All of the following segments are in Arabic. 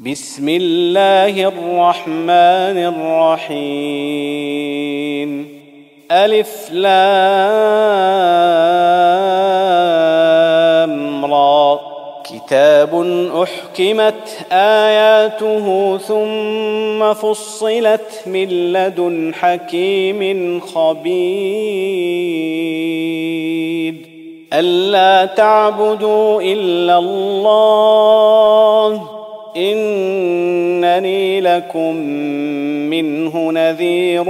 بسم الله الرحمن الرحيم. ألف لام را. كتاب أحكمت آياته ثم فصلت من لدن حكيم خبير. ألا تعبدوا إلا الله إنني لكم منه نذير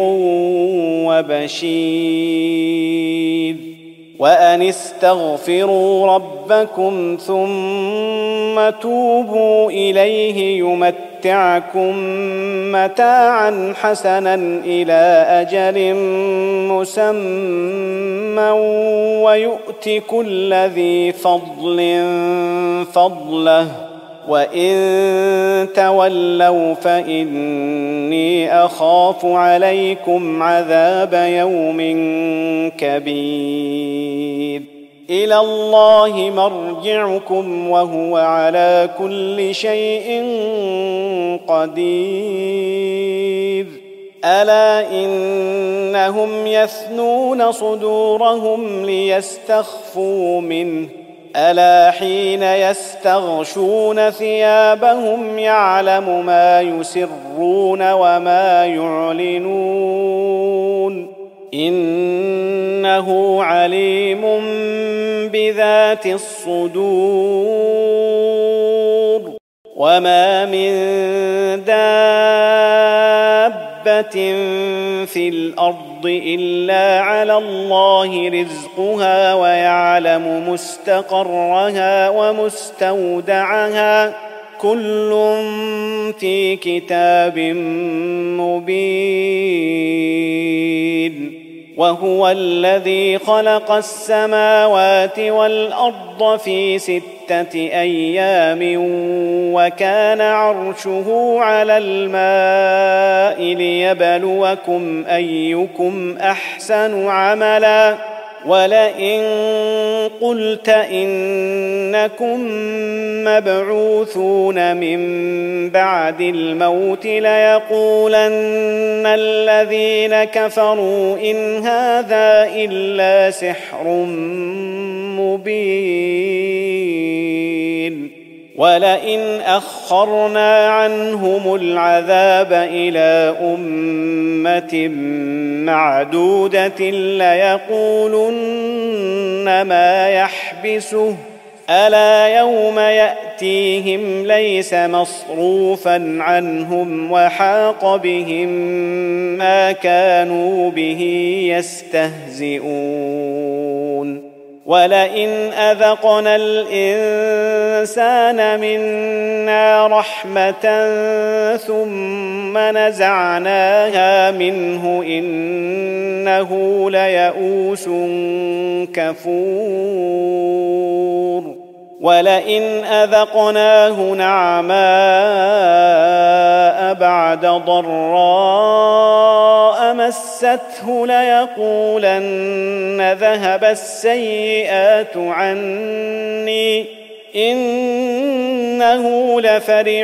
وبشير. وأن استغفروا ربكم ثم توبوا إليه يمتعكم متاعا حسنا إلى أجل مسمى ويؤت كل ذي فضل فضله وإن تولوا فإني أخاف عليكم عذاب يوم كبير. إلى الله مرجعكم وهو على كل شيء قدير. ألا إنهم يثنون صدورهم ليستخفوا منه ألا حين يستغشون ثيابهم يعلم ما يسرون وما يعلنون إنه عليم بذات الصدور. وما من دابة في الأرض إلا على الله رزقها ويعلم مستقرها ومستودعها كل في كتاب مبين. وهو الذي خلق السماوات والأرض في 6 أيام وكان عرشه على الماء ليبلوكم أيكم أحسن عملا. ولئن قلت إنكم مبعوثون من بعد الموت ليقولن الذين كفروا إن هذا إلا سحر مبين. ولئن أخرنا عنهم العذاب إلى أمة معدودة ليقولن ما يحبسه ألا يوم يأتيهم ليس مصروفا عنهم وحاق بهم ما كانوا به يستهزئون. ولئن أذقنا الإنسان منا رحمة ثم نزعناها منه إنه ليئوس كفور. ولئن أذقناه نعماء بعد ضراء مسته ليقولن ذهب السيئات عني إنه لفرح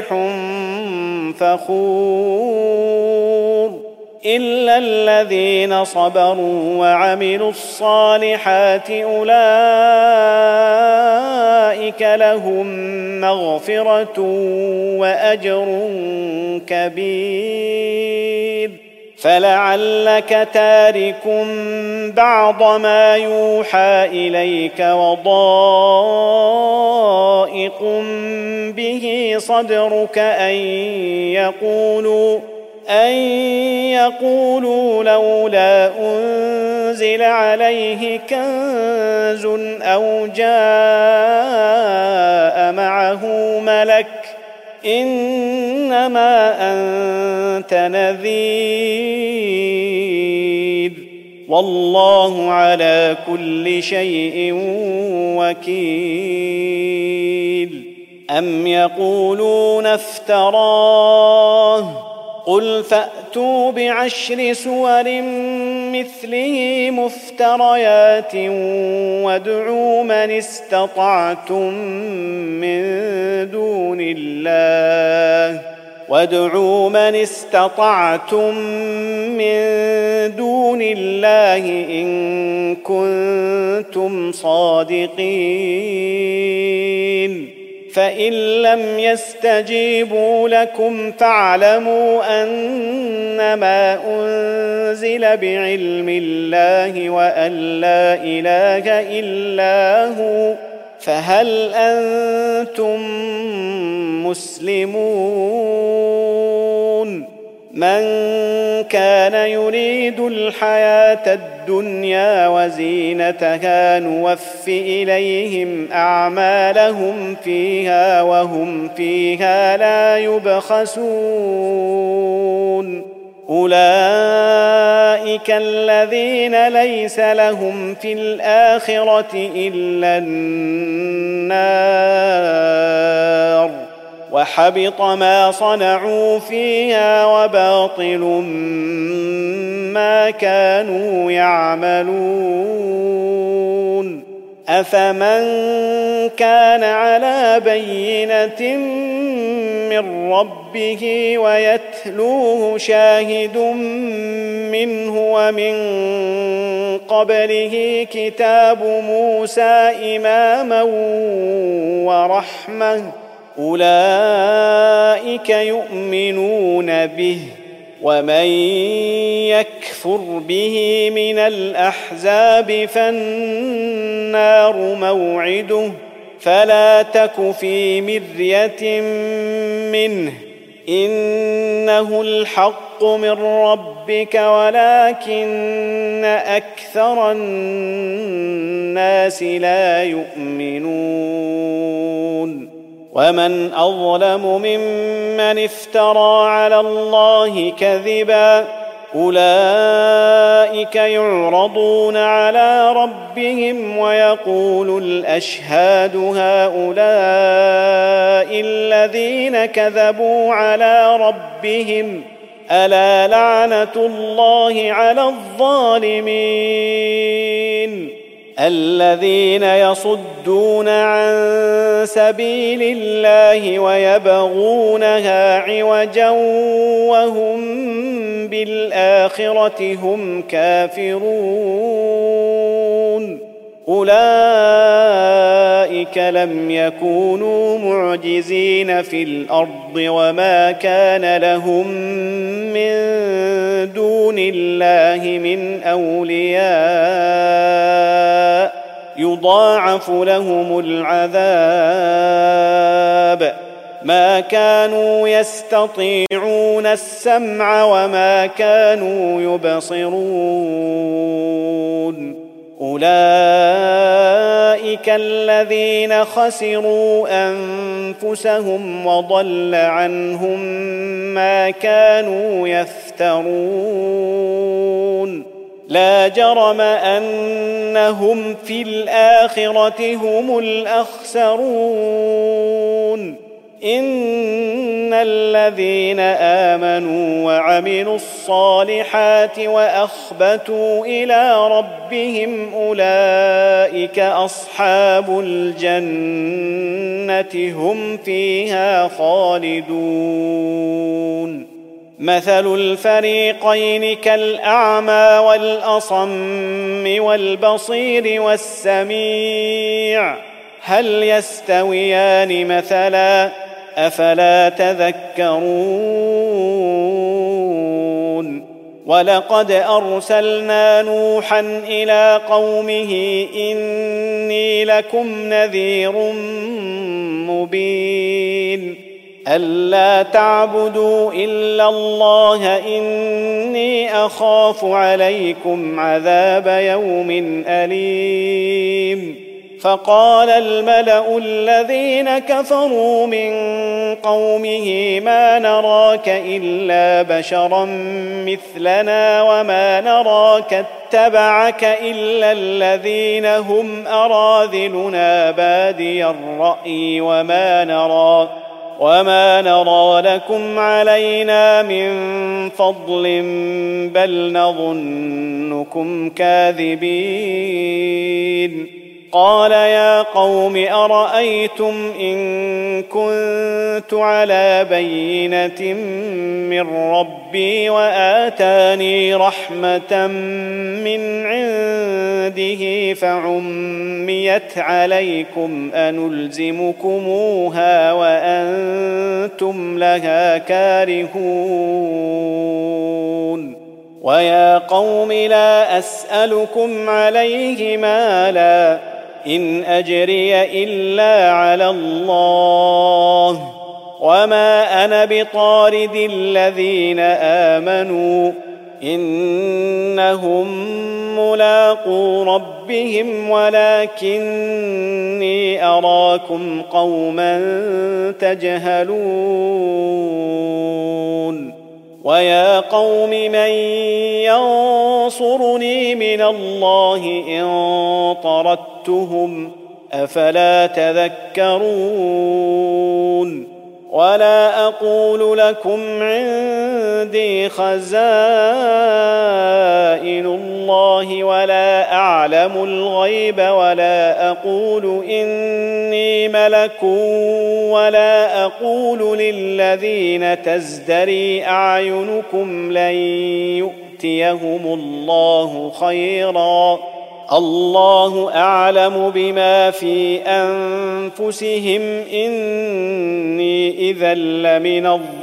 فخور. إلا الذين صبروا وعملوا الصالحات أولئك لهم مغفرة وأجر كبير. فلعلك تارك بعض ما يوحى إليك وضائق به صدرك أن يقولوا لولا أنزل عليه كنز أو جاء معه ملك إنما أنت نذير والله على كل شيء وكيل. أم يقولون افتراه قل فأتوا ب10 سور مثله مفتريات وادعوا من استطعتم من دون الله وادعوا من استطعتم من دون الله إن كنتم صادقين فإن لم يستجيبوا لكم فاعلموا أنما أنزل بعلم الله وأن لا إله إلا هو فهل أنتم مسلمون من كان يريد الحياة الدنيا وزينتها نوف إليهم أعمالهم فيها وهم فيها لا يبخسون أولئك الذين ليس لهم في الآخرة إلا النار وحبط ما صنعوا فيها وباطل ما كانوا يعملون أفمن كان على بينة من ربه ويتلوه شاهد منه ومن قبله كتاب موسى إماما ورحمة أولئك يؤمنون به ومن يكفر به من الأحزاب فالنار موعده فلا تك في مرية منه إنه الحق من ربك ولكن أكثر الناس لا يؤمنون ومن أظلم ممن افترى على الله كذبا أولئك يعرضون على ربهم ويقول الأشهاد هؤلاء الذين كذبوا على ربهم ألا لعنة الله على الظالمين الذين يصدون عن سبيل الله ويبغونها عوجا وهم بالآخرة هم كافرون أولئك لم يكونوا معجزين في الأرض وما كان لهم من دون الله من أولياء يضاعف لهم العذاب ما كانوا يستطيعون السمع وما كانوا يبصرون أولئك الذين خسروا أنفسهم وضل عنهم ما كانوا يفترون لا جرم أنهم في الآخرة هم الأخسرون إن الذين آمنوا وعملوا الصالحات وأخبتوا إلى ربهم أولئك أصحاب الجنة هم فيها خالدون مثل الفريقين كالأعمى والأصم والبصير والسميع هل يستويان مثلا أفلا تذكرون ولقد أرسلنا نوحا إلى قومه إني لكم نذير مبين ألا تعبدوا إلا الله إني أخاف عليكم عذاب يوم أليم فقال الملأ الذين كفروا من قومه ما نراك إلا بشرا مثلنا وما نراك اتبعك إلا الذين هم أراذلنا بادي الرأي وما نرى لكم علينا من فضل بل نظنكم كاذبين قال يا قوم أرأيتم إن كنت على بينة من ربي وآتاني رحمة من عنده فعميت عليكم أنلزمكموها وأنتم لها كارهون ويا قوم لا أسألكم عليه مالا إن أجري إلا على الله وما أنا بطارد الذين آمنوا إنهم ملاقو ربهم ولكني أراكم قوما تجهلون ويا قوم من ينصرني من الله إن طردتهم أفلا تذكرون ولا أقول لكم عندي خزائن الله ولا أعلم الغيب ولا أقول إني ملك ولا أقول للذين تزدري أعينكم لن يؤتيهم الله خيرا الله أعلم بما في أنفسهم إني إذا لمن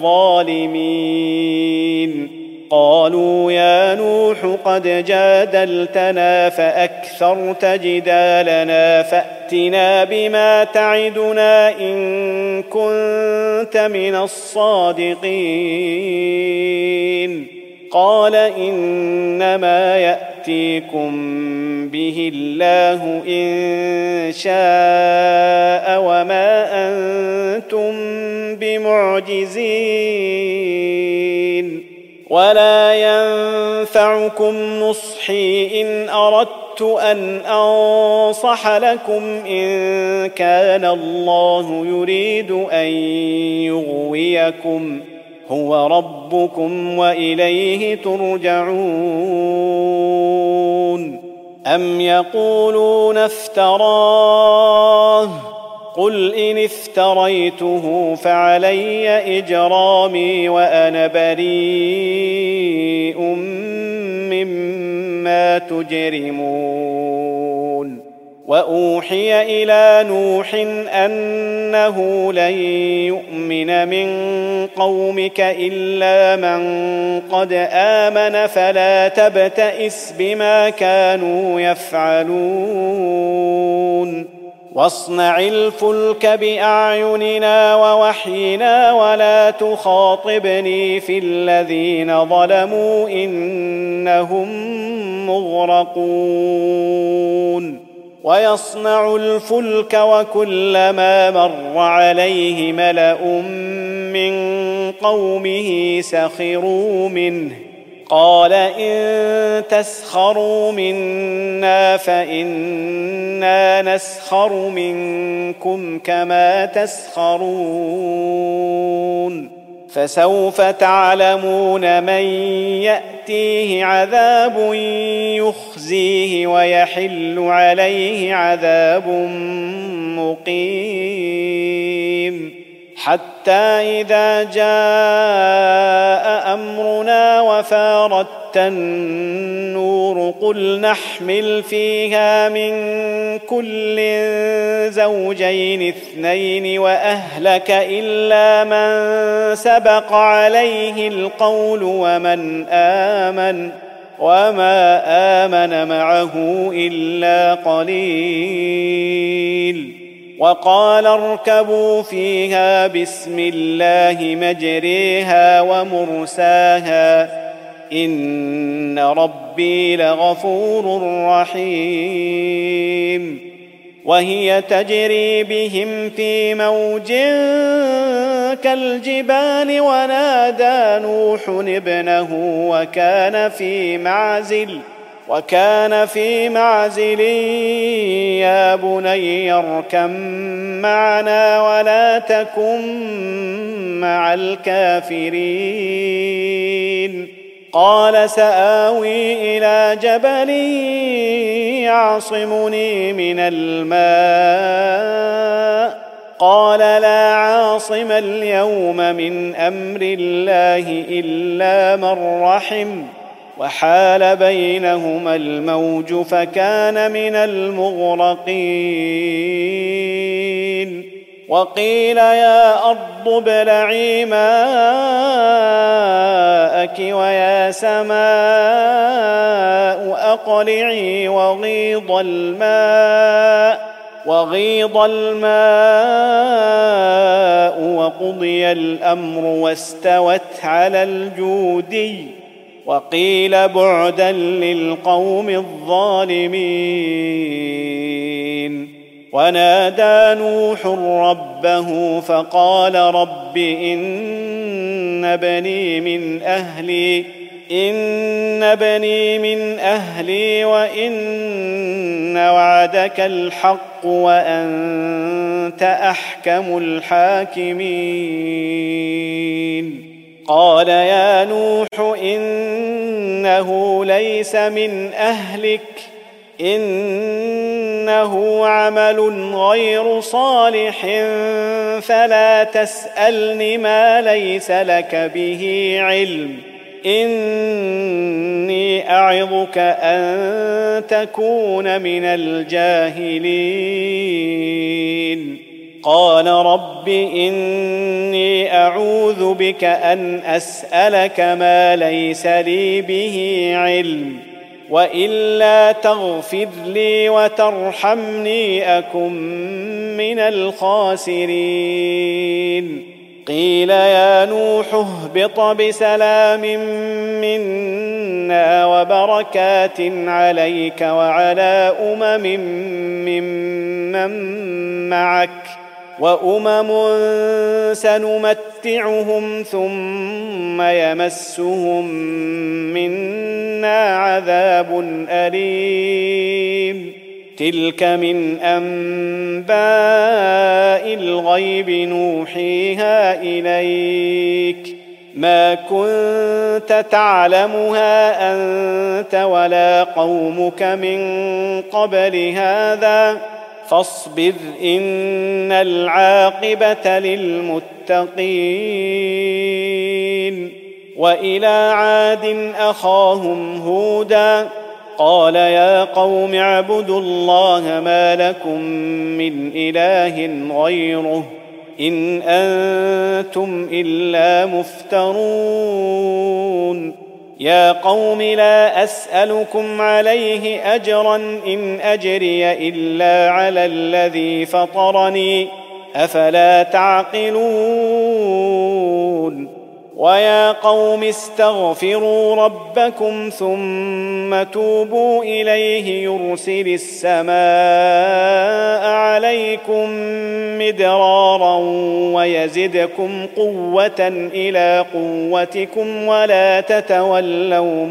الظالمين قالوا يا نوح قد جادلتنا فأكثرت جدالنا فأتنا بما تعدنا إن كنت من الصادقين قال إنما يأتيكم به الله إن شاء وما أنتم بمعجزين ولا ينفعكم نصحي إن أردت أن أنصح لكم إن كان الله يريد أن يغويكم هو ربكم وإليه ترجعون أم يقولون افتراه قل إن افتريته فعلي إجرامي وأنا بريء مما تجرمون وأوحي إلى نوح أنه لن يؤمن من قومك إلا من قد آمن فلا تبتئس بما كانوا يفعلون واصنع الفلك بأعيننا ووحينا ولا تخاطبني في الذين ظلموا إنهم مغرقون ويصنع الفلك وكلما مر عليه ملأ من قومه سخروا منه قال إن تسخروا منا فإنا نسخر منكم كما تسخرون فسوف تعلمون من يأتيه عذاب يخزيه ويحل عليه عذاب مقيم حتى إذا جاء أمرنا وفارت النور قل نحمل فيها من كل زوجين اثنين وأهلك إلا من سبق عليه القول ومن آمن وما آمن معه إلا قليل وقال اركبوا فيها بسم الله مجريها ومرساها إن ربي لغفور رحيم وهي تجري بهم في موج كالجبال ونادى نوح ابنه وكان في معزل يا بني اركب معنا ولا تكن مع الكافرين قال سآوي إلى جبل يعصمني من الماء قال لا عاصم اليوم من أمر الله إلا من رحم وحال بينهما الموج فكان من المغرقين وقيل يا أرض ابلعي ماءك ويا سماء أقلعي وغيض الماء وقضي الأمر واستوت على الجودي وقيل بعدا للقوم الظالمين ونادى نوح ربه فقال رب إن بني من أهلي وإن وعدك الحق وأنت أحكم الحاكمين قال يا نوح إنه ليس من أهلك إنه عمل غير صالح فلا تسألني ما ليس لك به علم إني أعظك أن تكون من الجاهلين قال رب إني أعوذ بك أن أسألك ما ليس لي به علم وإلا تغفر لي وترحمني أكن من الخاسرين قيل يا نوح اهبط بسلام منا وبركات عليك وعلى ممن معك وأمم سنمتعهم ثم يمسهم منا عذاب أليم تلك من أنباء الغيب نوحيها إليك ما كنت تعلمها أنت ولا قومك من قبل هذا فاصبر إن العاقبة للمتقين وإلى عاد أخاهم هودا قال يا قوم اعبدوا الله ما لكم من إله غيره إن أنتم إلا مفترون يا قوم لا أسألكم عليه أجرا إن أجري إلا على الذي فطرني أفلا تعقلون ويا قوم استغفروا ربكم ثم توبوا إليه يرسل السماء عليكم مدرارا ويزدكم قوة إلى قوتكم ولا تتولوا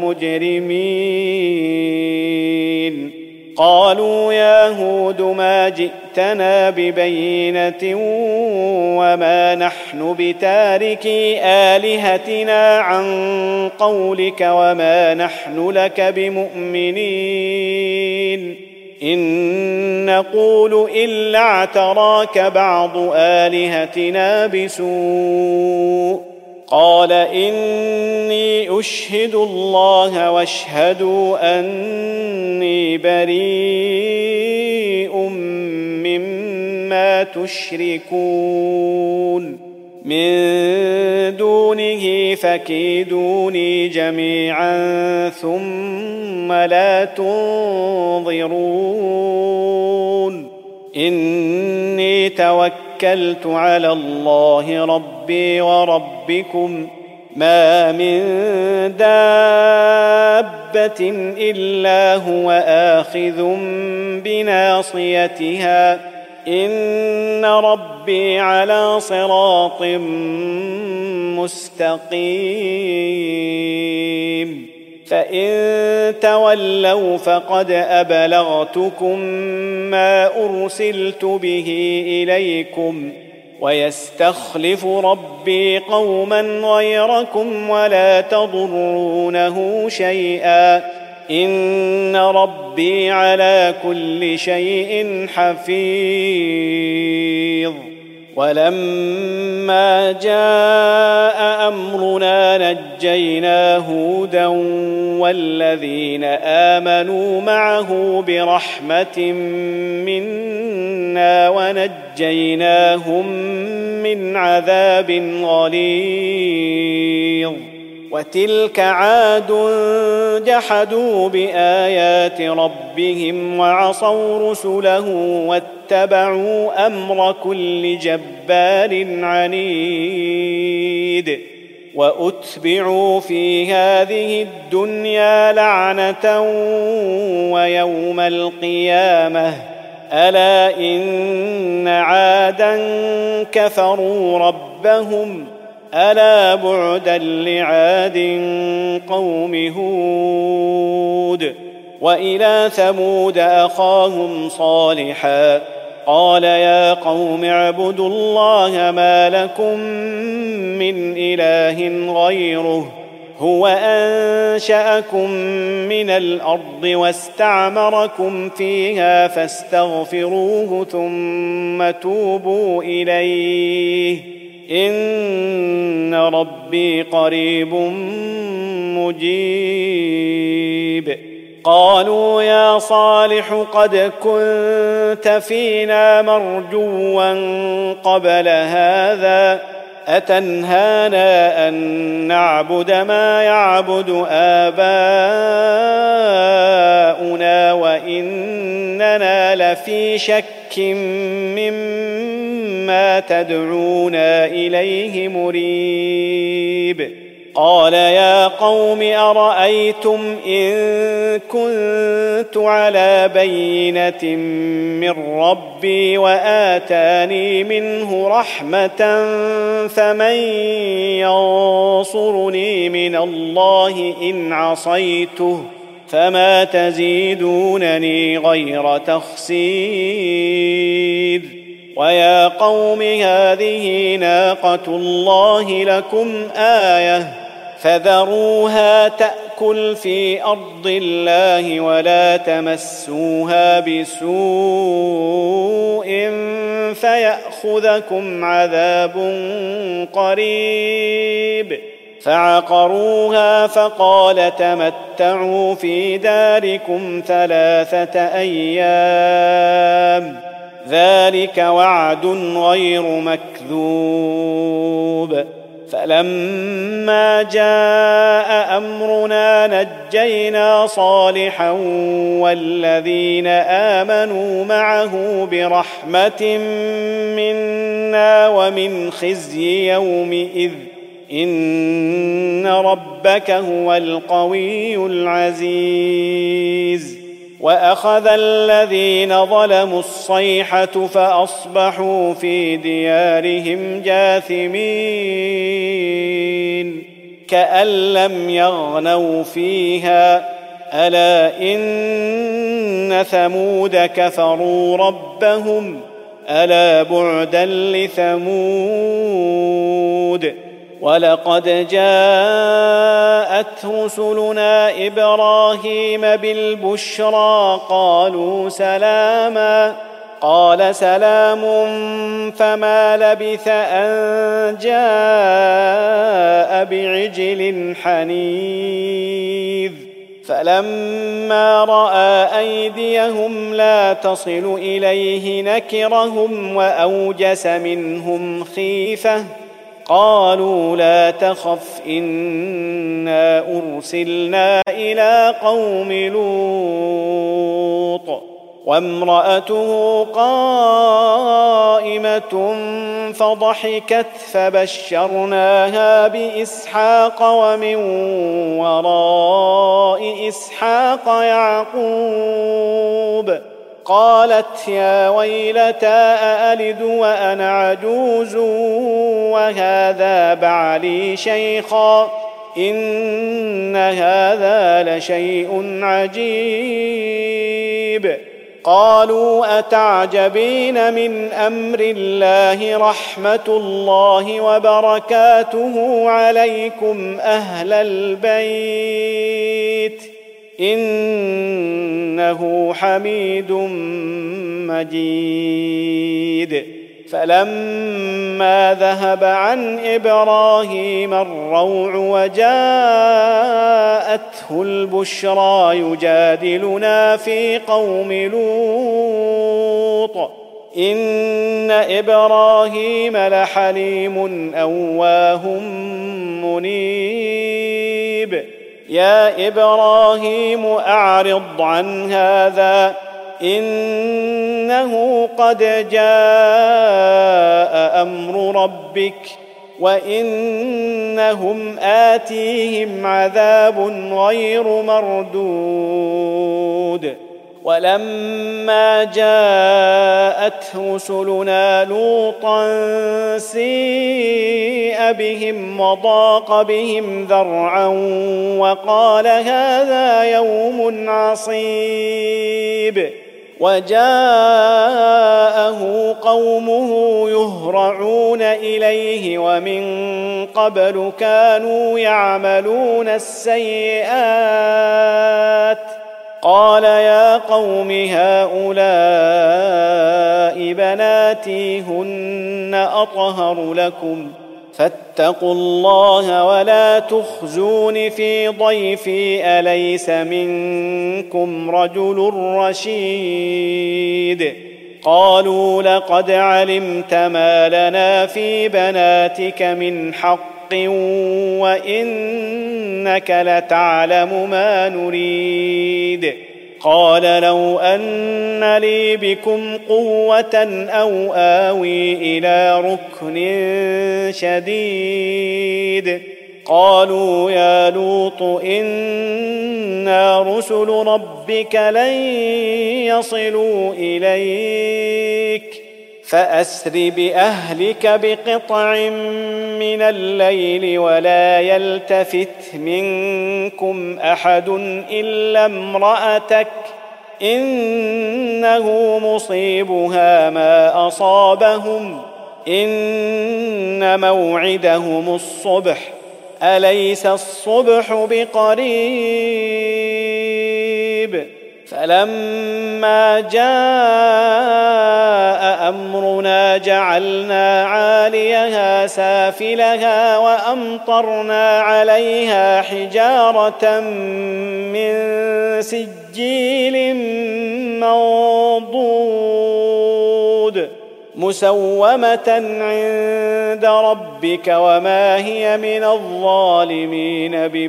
مجرمين قالوا يا هود ما جئتنا ببينة وما نحن بتاركي آلهتنا عن قولك وما نحن لك بمؤمنين إن نقول إلا اعتراك بعض آلهتنا بسوء قال إني أشهد الله واشهدوا أني بريء مما تشركون من دونه فكيدوني جميعا ثم لا تنظرون إني توكلت على الله ربي وربكم ما من دابة إلا هو آخذ بناصيتها إن ربي على صراط مستقيم فإن تولوا فقد أبلغتكم ما أرسلت به إليكم ويستخلف ربي قوما غيركم ولا تضرونه شيئا إن ربي على كل شيء حفيظ. ولما جاء أمرنا نجينا هودا والذين آمنوا معه برحمة منا ونجيناهم من عذاب غليظ. وتلك عاد جحدوا بآيات ربهم وعصوا رسله واتبعوا أمر كل جبار عنيد. وأتبعوا في هذه الدنيا لعنة ويوم القيامة ألا إن عادا كفروا ربهم ألا بعدا لعاد قوم هود. وإلى ثمود أخاهم صالحا قال يا قوم اعبدوا الله ما لكم من إله غيره هو أنشأكم من الأرض واستعمركم فيها فاستغفروه ثم توبوا إليه إن ربي قريب مجيب. قالوا يا صالح قد كنت فينا مرجوا قبل هذا أتنهانا أن نعبد ما يعبد آباؤنا وإننا لفي شك مما تدعونا إليه مريب. قال يا قوم أرأيتم إن كنت على بينة من ربي وآتاني منه رحمة فمن ينصرني من الله إن عصيته فما تزيدونني غير تخسير. ويا قوم هذه ناقة الله لكم آية فذروها تأكل في أرض الله ولا تمسوها بسوء فيأخذكم عذاب قريب. فعقروها فقال تمتعوا في داركم 3 أيام ذلك وعد غير مكذوب. فلما جاء أمرنا نجينا صالحا والذين آمنوا معه برحمة منا ومن خزي يومئذ إن ربك هو القوي العزيز. وأخذ الذين ظلموا الصيحة فأصبحوا في ديارهم جاثمين كأن لم يغنوا فيها ألا إن ثمود كفروا ربهم ألا بعدا لثمود. ولقد جاءت رسلنا إبراهيم بالبشرى قالوا سلاما قال سلام فما لبث أن جاء بعجل حنيذ. فلما رأى أيديهم لا تصل إليه نكرهم وأوجس منهم خيفة قالوا لا تخف إنا أرسلنا إلى قوم لوط. وامرأته قائمة فضحكت فبشرناها بإسحاق ومن وراء إسحاق يعقوب. قالت يا ويلتى أألد وأنا عجوز وهذا بعلي شيخا إن هذا لشيء عجيب. قالوا أتعجبين من أمر الله رحمة الله وبركاته عليكم أهل البيت إنه حميد مجيد. فلما ذهب عن إبراهيم الروع وجاءته البشرى يجادلنا في قوم لوط إن إبراهيم لحليم أواه منيب. يا إبراهيم أعرض عن هذا إنه قد جاء أمر ربك وإنهم آتيهم عذاب غير مردود. ولما جاءت رسلنا لوطا سيء بهم وضاق بهم ذرعا وقال هذا يوم عصيب. وجاءه قومه يهرعون إليه ومن قبل كانوا يعملون السيئات. قال يا قوم هؤلاء بناتي هن أطهر لكم فاتقوا الله ولا تخزون في ضيفي أليس منكم رجل رشيد. قالوا لقد علمت ما لنا في بناتك من حق وإنك لتعلم ما نريد. قال لو أن لي بكم قوة أو آوي إلى ركن شديد. قالوا يا لوط إنا رسل ربك لن يصلوا إليك فأسر بأهلك بقطع من الليل ولا يلتفت منكم أحد إلا امرأتك إنه مصيبها ما أصابهم إن موعدهم الصبح أليس الصبح بقريب. فلما جاء أمرنا جعلنا عاليها سافلها وأمطرنا عليها حجارة من سجيل منضود مسومة عند ربك وما هي من الظالمين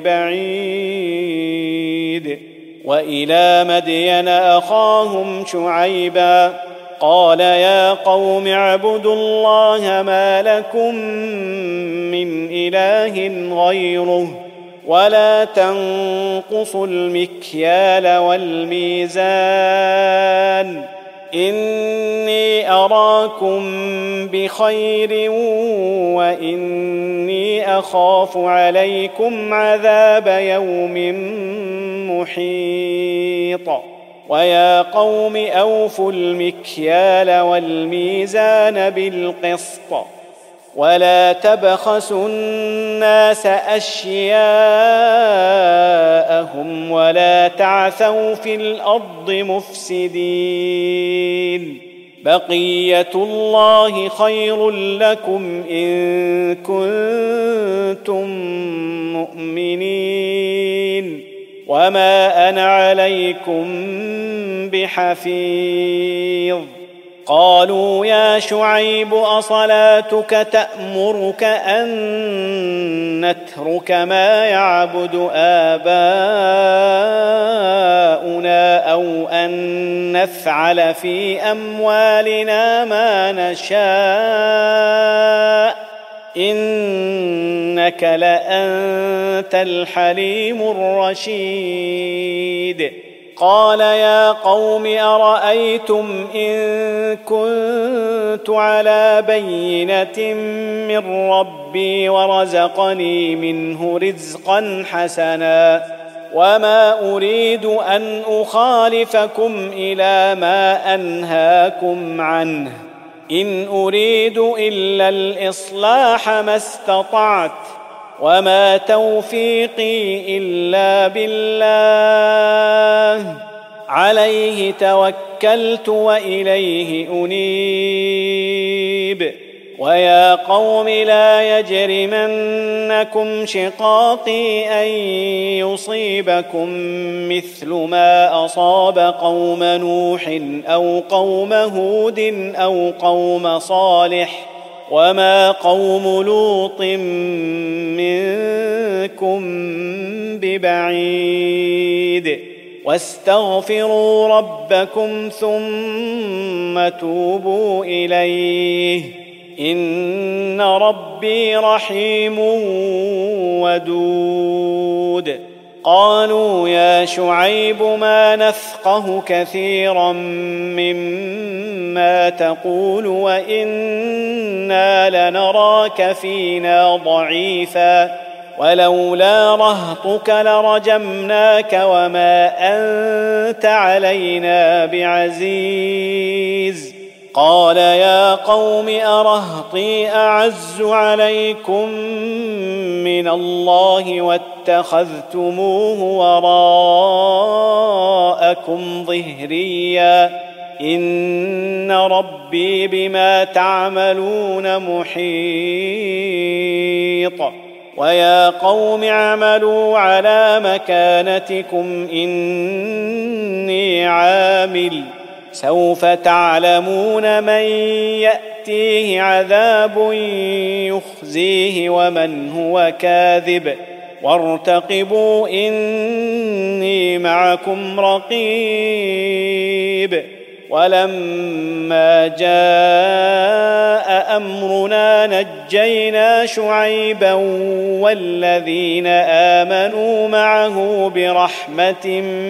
ببعيد. وإلى مدين أخاهم شعيبا قال يا قوم اعبدوا الله ما لكم من إله غيره ولا تنقصوا المكيال والميزان إني أراكم بخير وإني أخاف عليكم عذاب يوم محيط. ويا قوم أوفوا المكيال والميزان بالقسط ولا تبخسوا الناس أشياءهم ولا تعثوا في الأرض مفسدين. بقية الله خير لكم إن كنتم مؤمنين وما أنا عليكم بحفيظ. قالوا يا شعيب أصلاتك تأمرك أن نترك ما يعبد آباؤنا أو أن نفعل في أموالنا ما نشاء إنك لأنت الحليم الرشيد. قال يا قوم أرأيتم إن كنت على بينة من ربي ورزقني منه رزقا حسنا وما أريد أن أخالفكم إلى ما أنهاكم عنه إن أريد إلا الإصلاح ما استطعت وما توفيقي إلا بالله عليه توكلت وإليه أنيب ويا قوم لا يجرمنكم شقاقي أن يصيبكم مثل ما أصاب قوم نوح أو قوم هود أو قوم صالح وما قوم لوط منكم ببعيد واستغفروا ربكم ثم توبوا إليه إن ربي رحيم ودود قالوا يا شعيب ما نفقه كثيرا مما تقول وإنا لنراك فينا ضعيفا ولولا رهطك لرجمناك وما أنت علينا بعزيز قال يا قوم أرهطي أعز عليكم من الله واتخذتموه وراءكم ظهريا إن ربي بما تعملون محيط ويا قوم اعملوا على مكانتكم إني عامل سوف تعلمون من يأتيه عذاب يخزيه ومن هو كاذب وارتقبوا إني معكم رقيب ولما جاء أمرنا نجينا شعيبا والذين آمنوا معه برحمة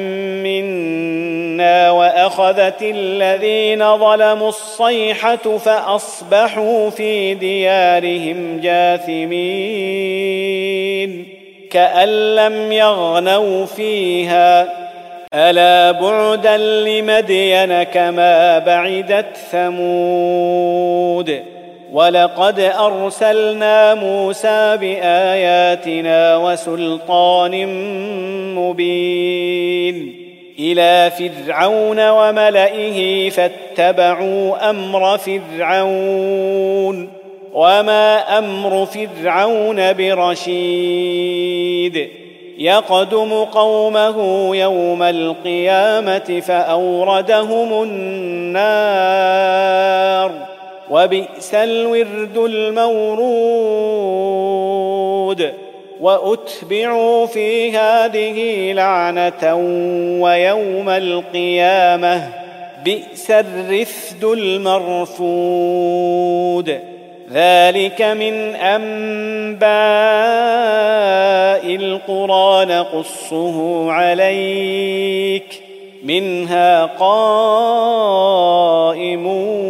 منا وأخذت الذين ظلموا الصيحة فأصبحوا في ديارهم جاثمين كأن لم يغنوا فيها ألا بعدا لمدين كما بعدت ثمود ولقد أرسلنا موسى بآياتنا وسلطان مبين إلى فرعون وملئه فاتبعوا أمر فرعون وما أمر فرعون برشيد يقدم قومه يوم القيامة فأوردهم النار وبئس الورد المورود وأتبعوا في هذه لعنة ويوم القيامة بئس الرفد المرفود ذلك من أنباء القرى نقصه عليك منها قائم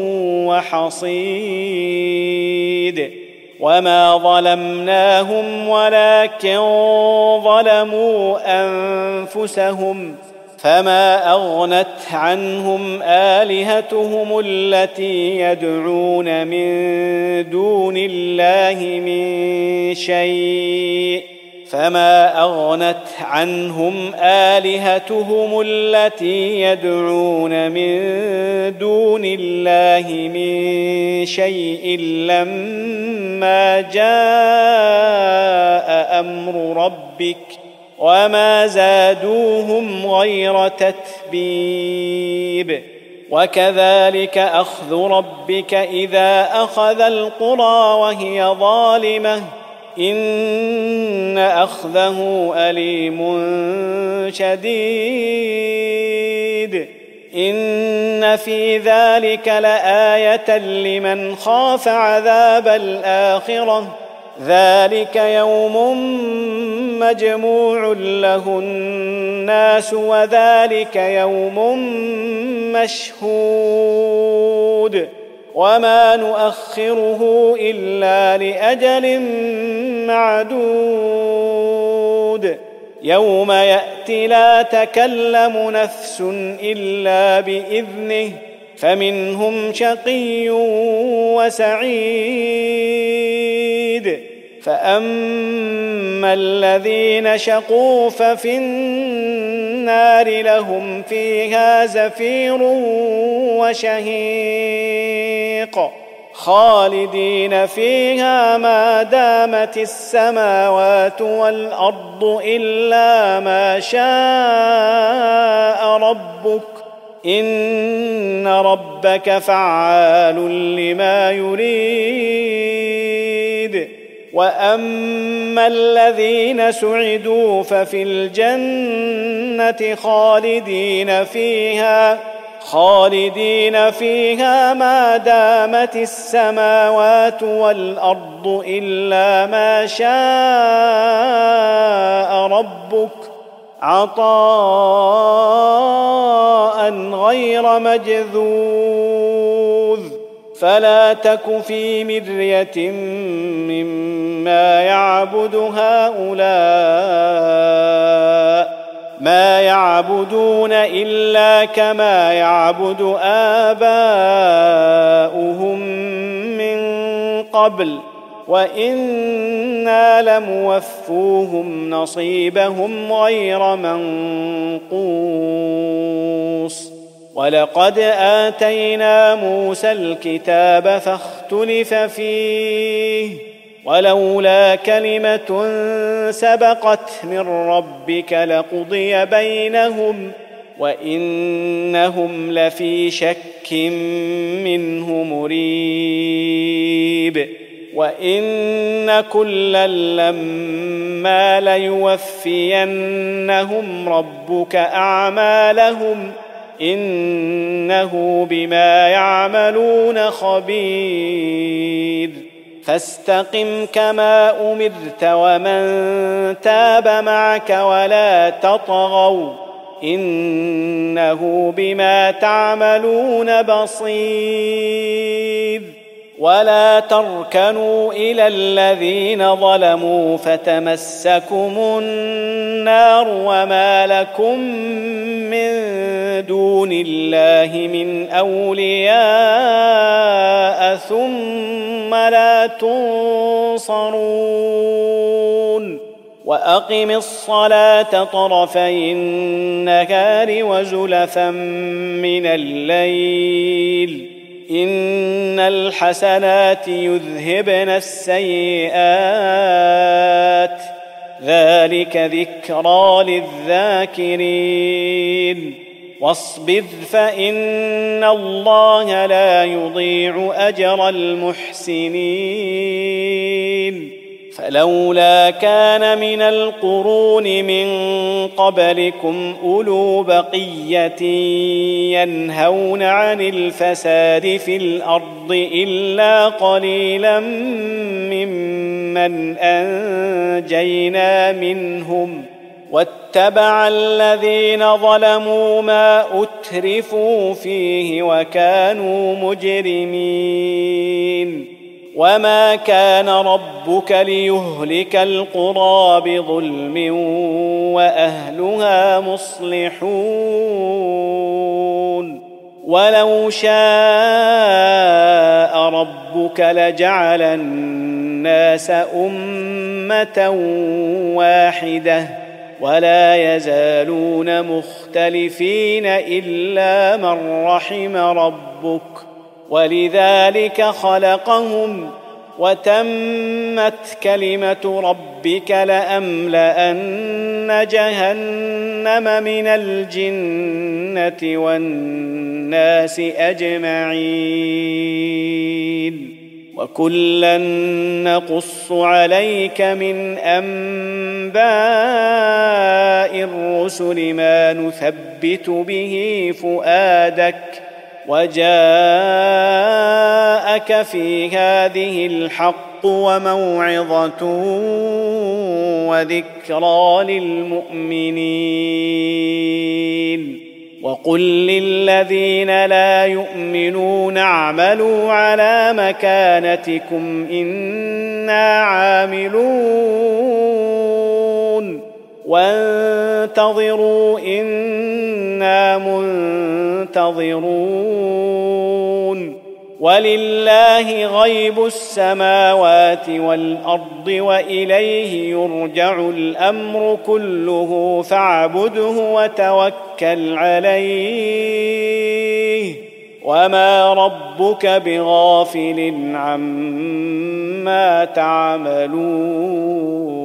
وحصيد وما ظلمناهم ولكن ظلموا أنفسهم فما أغنت عنهم آلهتهم التي يدعون من دون الله من شيء فما أغنت عنهم آلهتهم التي يدعون من دون الله من شيء لما جاء أمر ربك وما زادوهم غير تتبيب وكذلك أخذ ربك إذا أخذ القرى وهي ظالمة إن أخذه أليم شديد إن في ذلك لآية لمن خاف عذاب الآخرة ذلك يوم مجموع له الناس وذلك يوم مشهود وما نؤخره إلا لأجل معدود يوم يأتي لا تكلم نفس إلا بإذنه فمنهم شقي وسعيد فأما الذين شقوا ففي النار لهم فيها زفير وشهيق خالدين فيها ما دامت السماوات والأرض إلا ما شاء ربك إن ربك فعال لما يريد وأما الذين سعدوا ففي الجنة خالدين فيها ما دامت السماوات والأرض إلا ما شاء ربك عطاء غير مجذوذ فلا تك في مرية مما يعبد هؤلاء ما يعبدون إلا كما يعبد آباؤهم من قبل وإنا لموفوهم نصيبهم غير منقوص ولقد آتينا موسى الكتاب فاختلف فيه ولولا كلمة سبقت من ربك لقضي بينهم وإنهم لفي شك منه مريب وإن كلا لما ليوفينهم ربك أعمالهم إنه بما يعملون خبير فاستقم كما أمرت ومن تاب معك ولا تطغوا إنه بما تعملون بصير ولا تركنوا إلى الذين ظلموا فتمسكم النار وما لكم من دون الله من أولياء ثم لا تنصرون وأقم الصلاة طرفي النهار وزلفا من الليل إن الحسنات يذهبن السيئات ذلك ذكرى للذاكرين واصبر فإن الله لا يضيع أجر المحسنين فلولا كان من القرون من قبلكم أولو بقية ينهون عن الفساد في الأرض إلا قليلا ممن أنجينا منهم واتبع الذين ظلموا ما أترفوا فيه وكانوا مجرمين وما كان ربك ليهلك القرى بظلم وأهلها مصلحون ولو شاء ربك لجعل الناس أمة واحدة ولا يزالون مختلفين إلا من رحم ربك ولذلك خلقهم وتمت كلمة ربك لأملأن جهنم من الجنة والناس أجمعين وكلا نقص عليك من أنباء الرسل ما نثبت به فؤادك وجاءك في هذه الحق وموعظة وذكرى للمؤمنين وقل للذين لا يؤمنون اعملوا على مكانتكم إنا عاملون وانتظروا إنا منتظرون ولله غيب السماوات والأرض وإليه يرجع الأمر كله فاعبده وتوكل عليه وما ربك بغافل عما تعملون